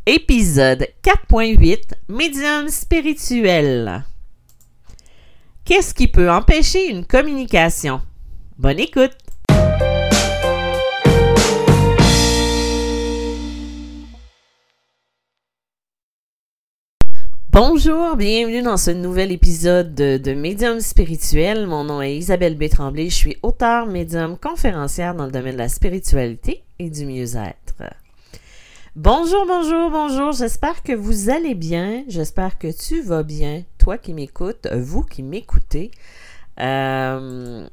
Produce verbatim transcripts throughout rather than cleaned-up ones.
Épisode quatre point huit, médium spirituel. Qu'est-ce qui peut empêcher une communication? Bonne écoute! Bonjour, bienvenue dans ce nouvel épisode de, de Médium spirituel. Mon nom est Isabelle B. Tremblay, je suis auteure, médium, conférencière dans le domaine de la spiritualité et du mieux-être. Bonjour, bonjour, bonjour, j'espère que vous allez bien, j'espère que tu vas bien, toi qui m'écoutes, vous qui m'écoutez. Euh,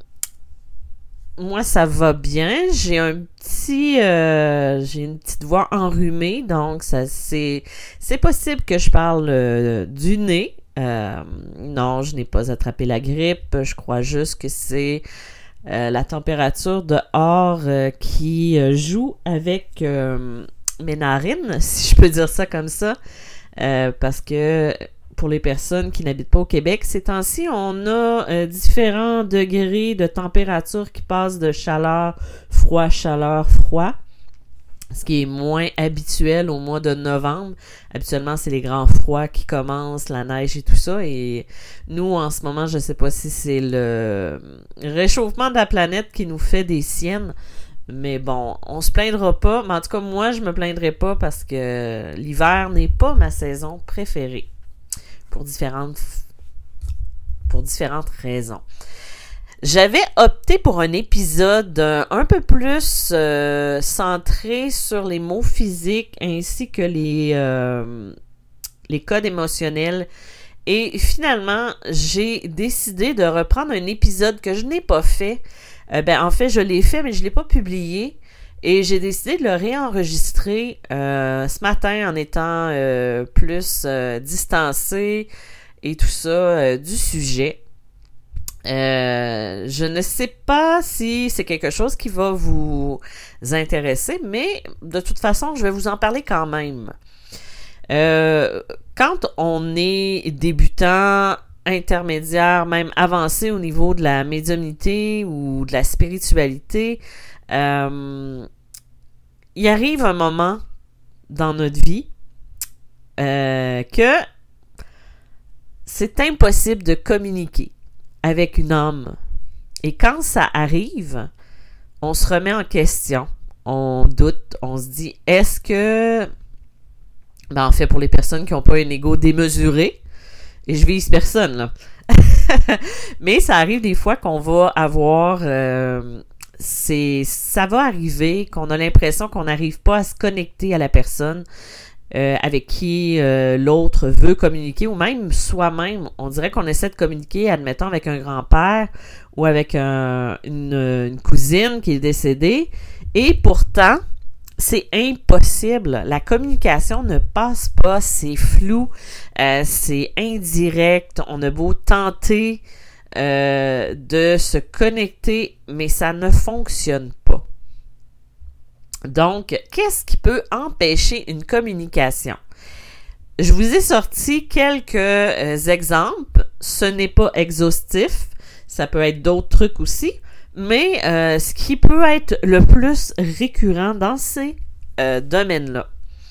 moi, ça va bien, j'ai un petit, euh, j'ai une petite voix enrhumée, donc ça, c'est, c'est possible que je parle euh, du nez. Euh, non, je n'ai pas attrapé la grippe, je crois juste que c'est euh, la température dehors euh, qui euh, joue avec... Euh, mes narines, si je peux dire ça comme ça, euh, parce que pour les personnes qui n'habitent pas au Québec, ces temps-ci, on a euh, différents degrés de température qui passent de chaleur, froid, chaleur, froid, ce qui est moins habituel au mois de novembre. Habituellement, c'est les grands froids qui commencent, la neige et tout ça, et nous, en ce moment, je ne sais pas si c'est le réchauffement de la planète qui nous fait des siennes. Mais bon, on se plaindra pas. Mais en tout cas, moi, je me plaindrai pas parce que l'hiver n'est pas ma saison préférée. Pour différentes, pour différentes raisons. J'avais opté pour un épisode un peu plus euh, centré sur les mots physiques ainsi que les, euh, les codes émotionnels. Et finalement, j'ai décidé de reprendre un épisode que je n'ai pas fait. Euh, ben, en fait, je l'ai fait, mais je ne l'ai pas publié. Et j'ai décidé de le réenregistrer euh, ce matin en étant euh, plus euh, distancée et tout ça euh, du sujet. Euh, je ne sais pas si c'est quelque chose qui va vous intéresser, mais de toute façon, je vais vous en parler quand même. Euh, quand on est débutant, intermédiaire, même avancé au niveau de la médiumnité ou de la spiritualité, euh, il arrive un moment dans notre vie euh, que c'est impossible de communiquer avec une âme. Et quand ça arrive, on se remet en question, on doute, on se dit, est-ce que... Ben, en fait, pour les personnes qui n'ont pas un ego démesuré, et je vise personne, là. Mais ça arrive des fois qu'on va avoir... Euh, c'est, ça va arriver qu'on a l'impression qu'on n'arrive pas à se connecter à la personne euh, avec qui euh, l'autre veut communiquer, ou même soi-même. On dirait qu'on essaie de communiquer, admettons, avec un grand-père ou avec un, une, une cousine qui est décédée. Et pourtant... c'est impossible. La communication ne passe pas. C'est flou. Euh, c'est indirect. On a beau tenter euh, de se connecter, mais ça ne fonctionne pas. Donc, qu'est-ce qui peut empêcher une communication? Je vous ai sorti quelques euh, exemples. Ce n'est pas exhaustif. Ça peut être d'autres trucs aussi. Mais euh, ce qui peut être le plus récurrent dans ces euh, domaines-là.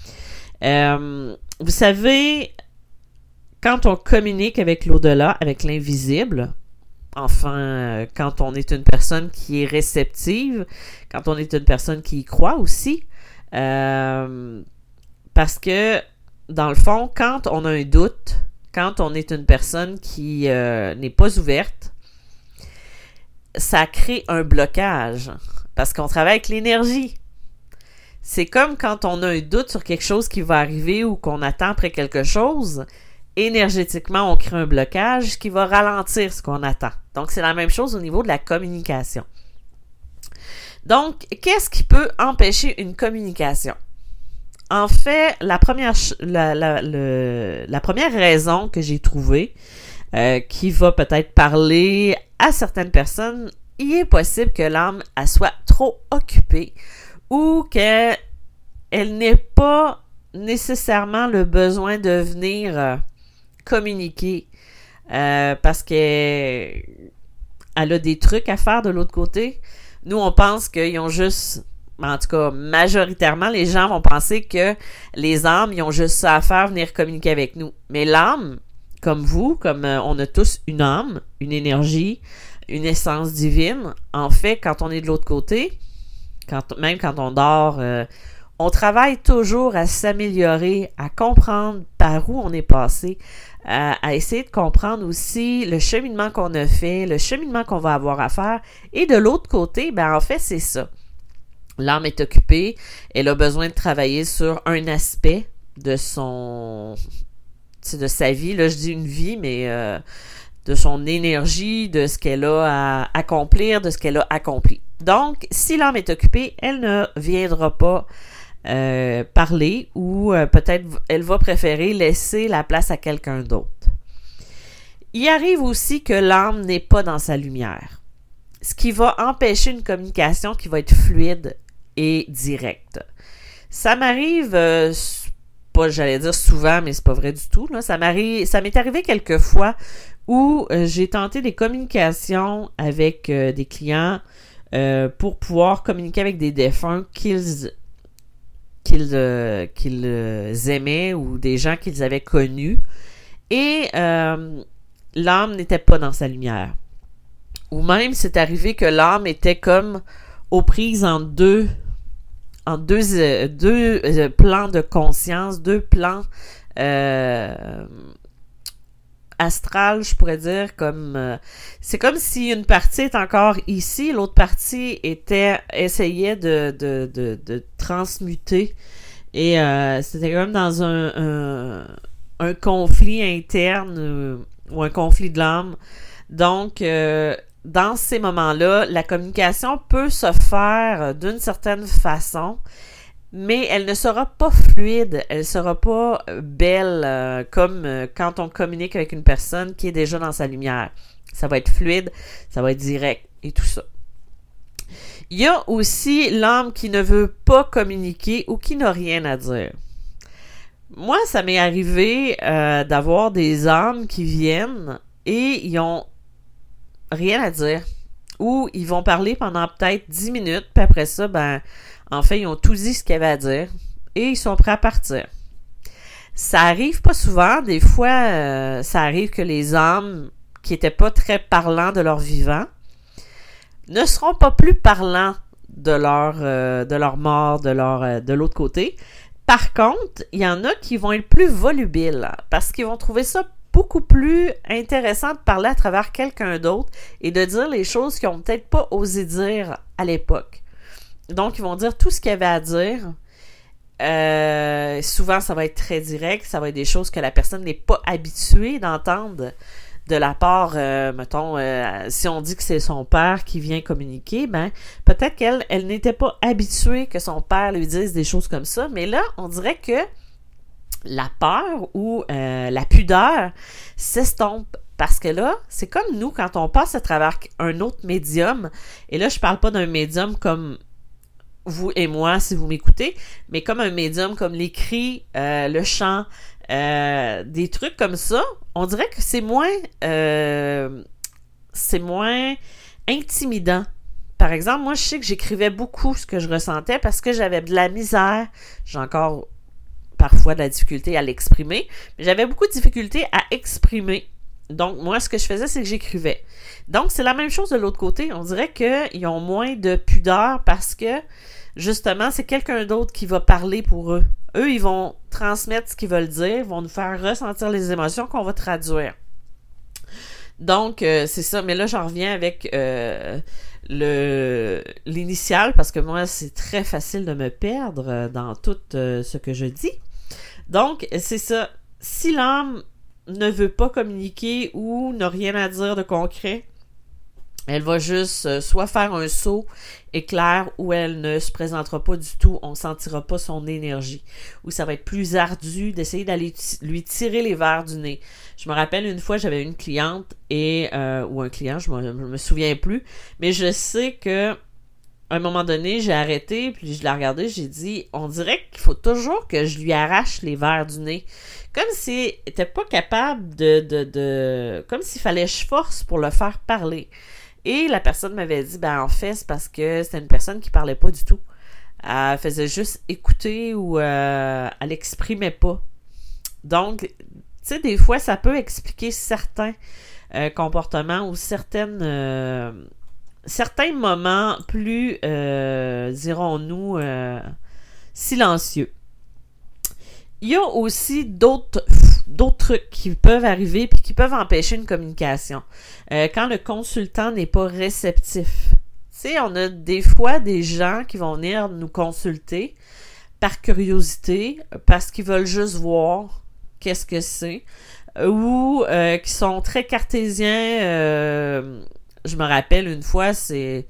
Euh, vous savez, quand on communique avec l'au-delà, avec l'invisible, enfin, euh, quand on est une personne qui est réceptive, quand on est une personne qui y croit aussi, euh, parce que, dans le fond, quand on a un doute, quand on est une personne qui euh, n'est pas ouverte, ça crée un blocage parce qu'on travaille avec l'énergie. C'est comme quand on a un doute sur quelque chose qui va arriver ou qu'on attend après quelque chose, énergétiquement, on crée un blocage qui va ralentir ce qu'on attend. Donc, c'est la même chose au niveau de la communication. Donc, qu'est-ce qui peut empêcher une communication? En fait, la première, la, la, le, la première raison que j'ai trouvée euh, qui va peut-être parler à certaines personnes, il est possible que l'âme elle soit trop occupée ou qu'elle n'ait pas nécessairement le besoin de venir euh, communiquer euh, parce qu'elle a des trucs à faire de l'autre côté. Nous, on pense qu'ils ont juste en tout cas, majoritairement, les gens vont penser que les âmes, ils ont juste ça à faire, venir communiquer avec nous. Mais l'âme, comme vous, comme euh, on a tous une âme, une énergie, une essence divine, en fait, quand on est de l'autre côté, quand, même quand on dort, euh, on travaille toujours à s'améliorer, à comprendre par où on est passé, à, à essayer de comprendre aussi le cheminement qu'on a fait, le cheminement qu'on va avoir à faire. Et de l'autre côté, ben en fait, c'est ça. L'âme est occupée, elle a besoin de travailler sur un aspect de son... de sa vie. Là, je dis une vie, mais euh, de son énergie, de ce qu'elle a à accomplir, de ce qu'elle a accompli. Donc, si l'âme est occupée, elle ne viendra pas euh, parler ou euh, peut-être elle va préférer laisser la place à quelqu'un d'autre. Il arrive aussi que l'âme n'est pas dans sa lumière, ce qui va empêcher une communication qui va être fluide et directe. Ça m'arrive, euh, pas j'allais dire souvent, mais c'est pas vrai du tout, là. Ça m'arrive, ça m'est arrivé quelques fois où euh, j'ai tenté des communications avec euh, des clients euh, pour pouvoir communiquer avec des défunts qu'ils qu'ils, euh, qu'ils euh, aimaient ou des gens qu'ils avaient connus. Et euh, l'âme n'était pas dans sa lumière. Ou même, c'est arrivé que l'âme était comme aux prises en deux, en deux, euh, deux euh, plans de conscience, deux plans euh, astrales, je pourrais dire, comme euh, c'est comme si une partie est encore ici, l'autre partie était essayait de, de, de, de transmuter. Et euh, c'était comme dans un, un, un conflit interne euh, ou un conflit de l'âme. Donc, euh, dans ces moments-là, la communication peut se faire d'une certaine façon, mais elle ne sera pas fluide, elle ne sera pas belle euh, comme euh, quand on communique avec une personne qui est déjà dans sa lumière. Ça va être fluide, ça va être direct et tout ça. Il y a aussi l'âme qui ne veut pas communiquer ou qui n'a rien à dire. Moi, ça m'est arrivé euh, d'avoir des âmes qui viennent et ils ont rien à dire. Ou ils vont parler pendant peut-être dix minutes, puis après ça, ben, en fait, ils ont tout dit ce qu'il y avait à dire et ils sont prêts à partir. Ça arrive pas souvent. Des fois, euh, ça arrive que les âmes qui étaient pas très parlants de leur vivant ne seront pas plus parlants de leur, euh, de leur mort, de, leur, euh, de l'autre côté. Par contre, il y en a qui vont être plus volubiles parce qu'ils vont trouver ça beaucoup plus intéressant de parler à travers quelqu'un d'autre et de dire les choses qu'ils n'ont peut-être pas osé dire à l'époque. Donc, ils vont dire tout ce qu'il y avait à dire. Euh, souvent, ça va être très direct. Ça va être des choses que la personne n'est pas habituée d'entendre de la part, euh, mettons, euh, si on dit que c'est son père qui vient communiquer, ben peut-être qu'elle elle n'était pas habituée que son père lui dise des choses comme ça. Mais là, on dirait que la peur ou euh, la pudeur s'estompe. Parce que là, c'est comme nous, quand on passe à travers un autre médium, et là, je parle pas d'un médium comme vous et moi, si vous m'écoutez, mais comme un médium comme l'écrit, euh, le chant, euh, des trucs comme ça, on dirait que c'est moins euh, c'est moins intimidant. Par exemple, moi, je sais que j'écrivais beaucoup ce que je ressentais parce que j'avais de la misère. J'ai encore parfois de la difficulté à l'exprimer, mais j'avais beaucoup de difficulté à exprimer. Donc, moi, ce que je faisais, c'est que j'écrivais. Donc, c'est la même chose de l'autre côté. On dirait qu'ils ont moins de pudeur parce que, justement, c'est quelqu'un d'autre qui va parler pour eux. Eux, ils vont transmettre ce qu'ils veulent dire, vont nous faire ressentir les émotions qu'on va traduire. Donc, euh, c'est ça. Mais là, j'en reviens avec euh, le l'initial parce que moi, c'est très facile de me perdre dans tout euh, ce que je dis. Donc, c'est ça. Si l'âme ne veut pas communiquer ou n'a rien à dire de concret, elle va juste euh, soit faire un saut éclair ou elle ne se présentera pas du tout, on ne sentira pas son énergie. Ou ça va être plus ardu d'essayer d'aller t- lui tirer les verres du nez. Je me rappelle une fois, j'avais une cliente et euh, ou un client, je me, je me souviens plus, mais je sais que à un moment donné, j'ai arrêté, puis je l'ai regardé, j'ai dit, on dirait qu'il faut toujours que je lui arrache les verres du nez. Comme s'il n'était pas capable de, de, de... Comme s'il fallait que je force pour le faire parler. Et la personne m'avait dit, ben en fait, c'est parce que c'était une personne qui parlait pas du tout. Elle faisait juste écouter ou euh, elle l'exprimait pas. Donc, tu sais, des fois, ça peut expliquer certains euh, comportements ou certaines, euh, certains moments plus, euh, dirons-nous, euh, silencieux. Il y a aussi d'autres, d'autres trucs qui peuvent arriver puis qui peuvent empêcher une communication. Euh, quand le consultant n'est pas réceptif. Tu sais, on a des fois des gens qui vont venir nous consulter par curiosité, parce qu'ils veulent juste voir qu'est-ce que c'est, ou euh, qui sont très cartésiens. Euh, je me rappelle une fois, c'est...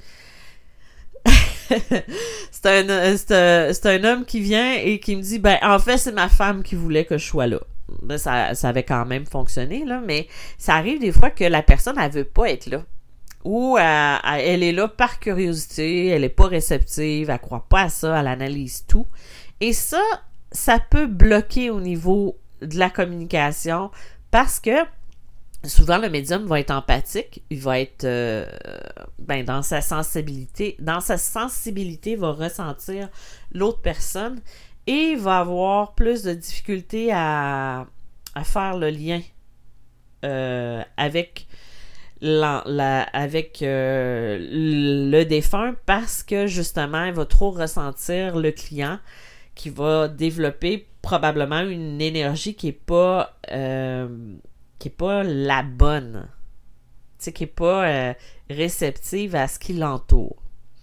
c'est, un, c'est, un, c'est un homme qui vient et qui me dit, ben en fait, c'est ma femme qui voulait que je sois là. Ben, ça, ça avait quand même fonctionné, là, mais ça arrive des fois que la personne, elle veut pas être là. Ou elle, elle est là par curiosité, elle est pas réceptive, elle croit pas à ça, elle analyse tout. Et ça, ça peut bloquer au niveau de la communication parce que souvent le médium va être empathique, il va être euh, ben, dans sa sensibilité, dans sa sensibilité, va ressentir l'autre personne et va avoir plus de difficulté à, à faire le lien euh, avec La, la, avec euh, le défunt parce que justement il va trop ressentir le client qui va développer probablement une énergie qui est pas euh, qui est pas la bonne, tu sais, qui est pas euh, réceptive à ce qui l'entoure.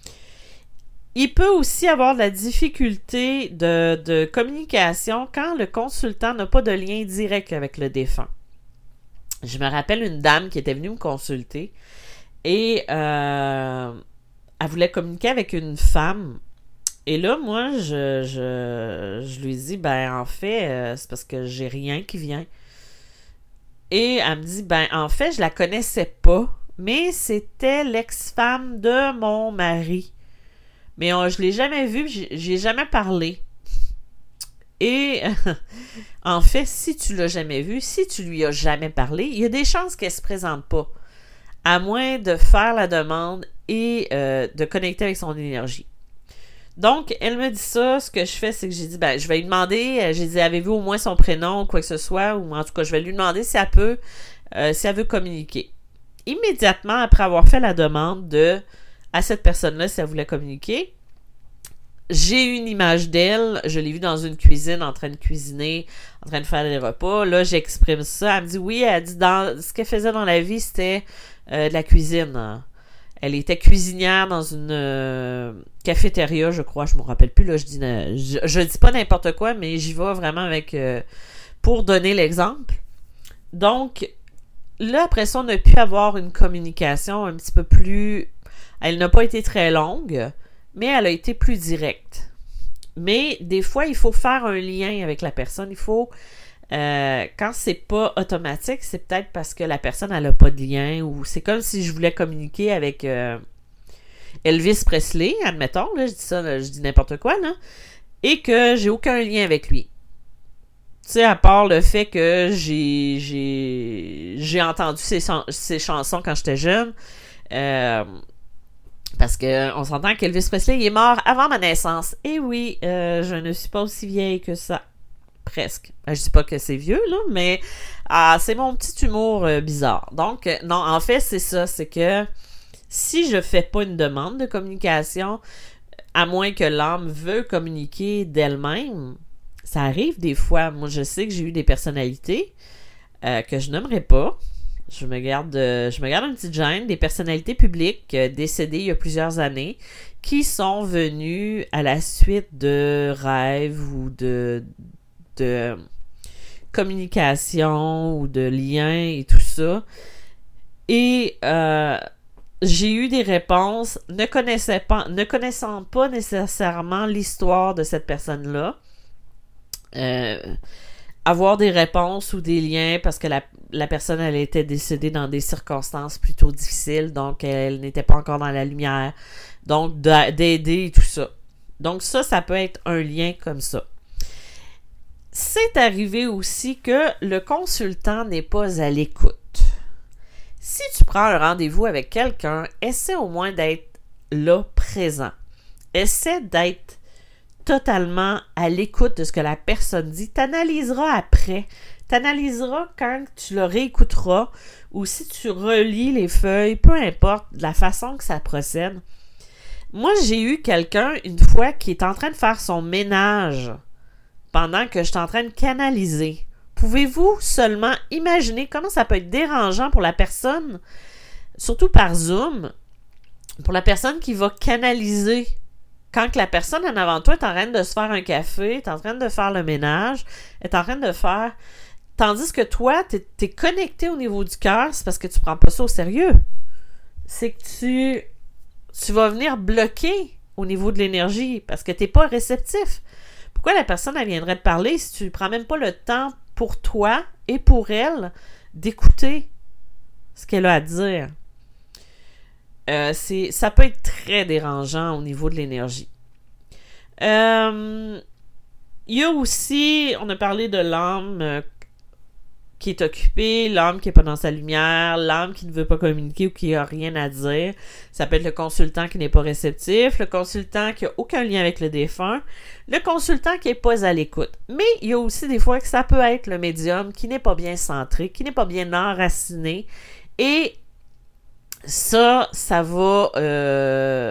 Il peut aussi avoir de la difficulté de, de communication quand le consultant n'a pas de lien direct avec le défunt. Je me rappelle une dame qui était venue me consulter et euh, elle voulait communiquer avec une femme. Et là, moi, je, je, je lui dis, ben en fait, euh, c'est parce que j'ai rien qui vient. Et elle me dit, ben en fait, je la connaissais pas, mais c'était l'ex-femme de mon mari. Mais on, je l'ai jamais vue, j'ai, j'ai jamais parlé. Et en fait, si tu l'as jamais vu, si tu lui as jamais parlé, il y a des chances qu'elle se présente pas, à moins de faire la demande et euh, de connecter avec son énergie. Donc, elle me dit ça, ce que je fais, c'est que j'ai dit, ben, je vais lui demander, j'ai dit, avez-vous au moins son prénom, quoi que ce soit, ou en tout cas, je vais lui demander si elle peut, euh, si elle veut communiquer. Immédiatement après avoir fait la demande de, à cette personne-là, si elle voulait communiquer, j'ai eu une image d'elle, je l'ai vue dans une cuisine en train de cuisiner, en train de faire des repas. Là, j'exprime ça. Elle me dit oui, elle dit dans ce qu'elle faisait dans la vie, c'était euh, de la cuisine. Elle était cuisinière dans une euh, cafétéria, je crois, je me rappelle plus. Là, je dis euh, je, je dis pas n'importe quoi, mais j'y vais vraiment avec euh, pour donner l'exemple. Donc, là, après ça, on a pu avoir une communication un petit peu plus. Elle n'a pas été très longue, mais elle a été plus directe. Mais des fois, il faut faire un lien avec la personne. Il faut, euh, quand c'est pas automatique, c'est peut-être parce que la personne, elle a pas de lien, ou c'est comme si je voulais communiquer avec euh, Elvis Presley, admettons, là, je dis ça, là, je dis n'importe quoi, là, et que j'ai aucun lien avec lui. Tu sais, à part le fait que j'ai, j'ai, j'ai entendu ses, ses chansons quand j'étais jeune, euh, parce que on s'entend qu'Elvis Presley il est mort avant ma naissance. Et oui, euh, je ne suis pas aussi vieille que ça. Presque. Je dis pas que c'est vieux, là, mais ah, c'est mon petit humour euh, bizarre. Donc, euh, non, en fait, c'est ça. C'est que si je fais pas une demande de communication, à moins que l'âme veuille communiquer d'elle-même, ça arrive des fois. Moi, je sais que j'ai eu des personnalités euh, que je nommerai pas. Je me garde, euh, je me garde une petite gêne, des personnalités publiques euh, décédées il y a plusieurs années qui sont venues à la suite de rêves ou de, de communication ou de liens et tout ça. Et euh, j'ai eu des réponses, ne connaissant pas, ne connaissant pas nécessairement l'histoire de cette personne-là. Euh, avoir des réponses ou des liens parce que la, la personne, elle était décédée dans des circonstances plutôt difficiles, donc elle n'était pas encore dans la lumière, donc d'aider et tout ça. Donc ça, ça peut être un lien comme ça. C'est arrivé aussi que le consultant n'est pas à l'écoute. Si tu prends un rendez-vous avec quelqu'un, essaie au moins d'être là, présent. Essaie d'être totalement à l'écoute de ce que la personne dit. Tu analyseras après. Tu analyseras quand tu le réécouteras ou si tu relis les feuilles, peu importe la façon que ça procède. Moi, j'ai eu quelqu'un une fois qui est en train de faire son ménage pendant que je suis en train de canaliser. Pouvez-vous seulement imaginer comment ça peut être dérangeant pour la personne, surtout par Zoom, pour la personne qui va canaliser quand que la personne en avant de toi est en train de se faire un café, est en train de faire le ménage, est en train de faire... Tandis que toi, tu es connecté au niveau du cœur, c'est parce que tu prends pas ça au sérieux. C'est que tu, tu vas venir bloquer au niveau de l'énergie parce que tu n'es pas réceptif. Pourquoi la personne, elle viendrait te parler si tu ne prends même pas le temps pour toi et pour elle d'écouter ce qu'elle a à dire? Euh, c'est, ça peut être très dérangeant au niveau de l'énergie. Euh, il y a aussi, on a parlé de l'âme euh, qui est occupée, l'âme qui n'est pas dans sa lumière, l'âme qui ne veut pas communiquer ou qui n'a rien à dire. Ça peut être le consultant qui n'est pas réceptif, le consultant qui n'a aucun lien avec le défunt, le consultant qui n'est pas à l'écoute. Mais il y a aussi des fois que ça peut être le médium qui n'est pas bien centré, qui n'est pas bien enraciné. Et ça, ça va euh,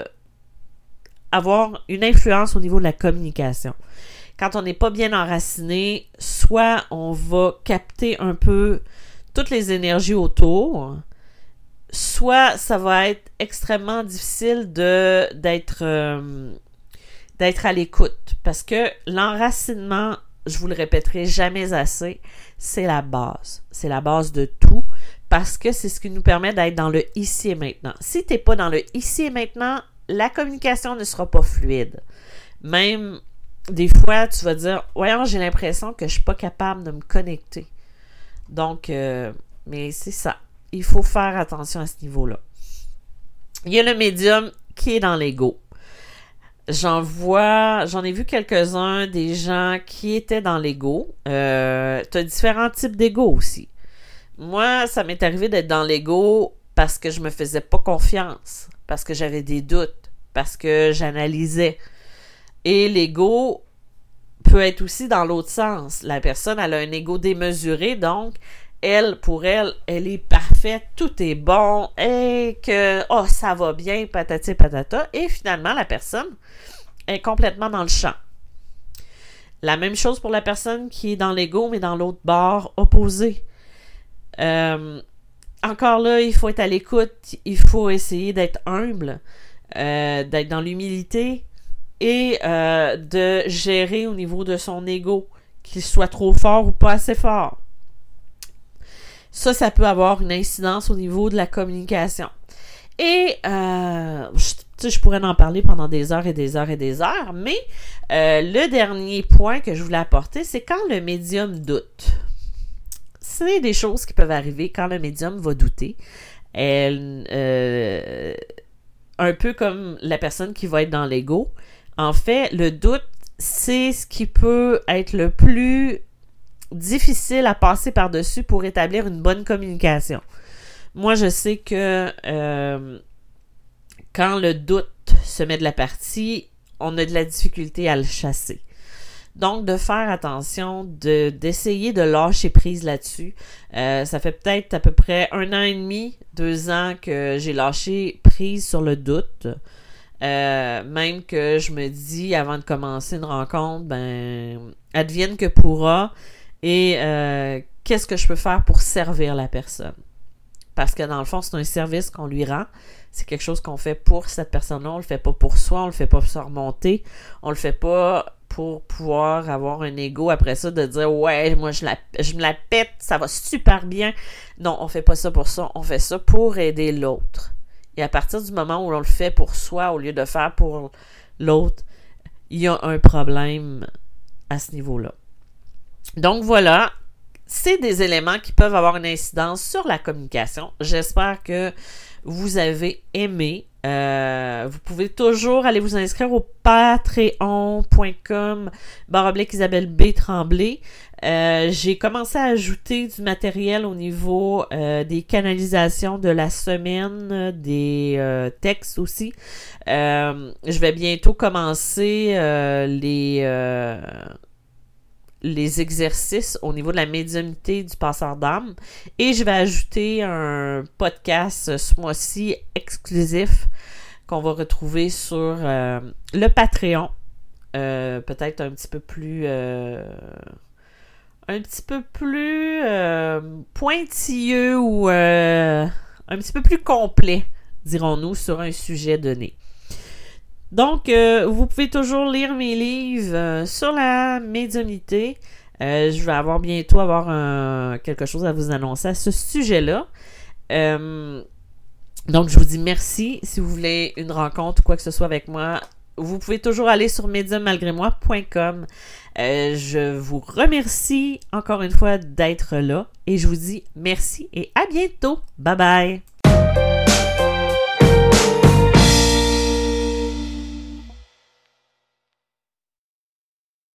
avoir une influence au niveau de la communication. Quand on n'est pas bien enraciné, soit on va capter un peu toutes les énergies autour, soit ça va être extrêmement difficile de, d'être, euh, d'être à l'écoute. Parce que l'enracinement, je vous le répéterai jamais assez, c'est la base. C'est la base de tout parce que c'est ce qui nous permet d'être dans le ici et maintenant. Si tu n'es pas dans le ici et maintenant, la communication ne sera pas fluide. Même... Des fois, tu vas dire, voyons, j'ai l'impression que je suis pas capable de me connecter. Donc, euh, mais c'est ça. Il faut faire attention à ce niveau-là. Il y a le médium qui est dans l'ego. J'en vois, j'en ai vu quelques-uns, des gens qui étaient dans l'ego. Euh, tu as différents types d'ego aussi. Moi, ça m'est arrivé d'être dans l'ego parce que je me faisais pas confiance, parce que j'avais des doutes, parce que j'analysais. Et l'ego peut être aussi dans l'autre sens. La personne, elle a un ego démesuré, donc, elle, pour elle, elle est parfaite, tout est bon, et que, oh, ça va bien, patati patata, et finalement, la personne est complètement dans le champ. La même chose pour la personne qui est dans l'ego, mais dans l'autre bord opposé. Euh, encore là, il faut être à l'écoute, il faut essayer d'être humble, euh, d'être dans l'humilité, et euh, de gérer au niveau de son ego, qu'il soit trop fort ou pas assez fort. Ça, ça peut avoir une incidence au niveau de la communication. Et, euh, je, je pourrais en parler pendant des heures et des heures et des heures, mais euh, le dernier point que je voulais apporter, c'est quand le médium doute. C'est des choses qui peuvent arriver quand le médium va douter. Elle, euh, un peu comme la personne qui va être dans l'ego. En fait, le doute, c'est ce qui peut être le plus difficile à passer par-dessus pour établir une bonne communication. Moi, je sais que euh, quand le doute se met de la partie, on a de la difficulté à le chasser. Donc, de faire attention, de, d'essayer de lâcher prise là-dessus. Euh, ça fait peut-être à peu près un an et demi, deux ans que j'ai lâché prise sur le doute. Euh, même que je me dis avant de commencer une rencontre, ben advienne que pourra et euh, qu'est-ce que je peux faire pour servir la personne. Parce que dans le fond, c'est un service qu'on lui rend. C'est quelque chose qu'on fait pour cette personne-là. On le fait pas pour soi, on le fait pas pour se remonter. On le fait pas pour pouvoir avoir un ego après ça de dire ouais, moi je la je me la pète, ça va super bien. Non, on fait pas ça pour ça. On fait ça pour aider l'autre. Et à partir du moment où on le fait pour soi au lieu de faire pour l'autre, il y a un problème à ce niveau-là. Donc voilà, c'est des éléments qui peuvent avoir une incidence sur la communication. J'espère que vous avez aimé Euh, vous pouvez toujours aller vous inscrire au patreon point com barre oblique Isabelle B. Tremblay. Euh, j'ai commencé à ajouter du matériel au niveau euh, des canalisations de la semaine, des euh, textes aussi. Euh, je vais bientôt commencer euh, les... Euh, les exercices au niveau de la médiumnité du passeur d'âme et je vais ajouter un podcast ce mois-ci exclusif qu'on va retrouver sur euh, le Patreon, euh, peut-être un petit peu plus euh, un petit peu plus euh, pointilleux ou euh, un petit peu plus complet, dirons-nous, sur un sujet donné. Donc, euh, vous pouvez toujours lire mes livres euh, sur la médiumnité. Euh, je vais avoir bientôt avoir un, quelque chose à vous annoncer à ce sujet-là. Euh, donc, je vous dis merci. Si vous voulez une rencontre ou quoi que ce soit avec moi, vous pouvez toujours aller sur medium malgré moi point com. Euh, je vous remercie encore une fois d'être là et je vous dis merci et à bientôt. Bye bye!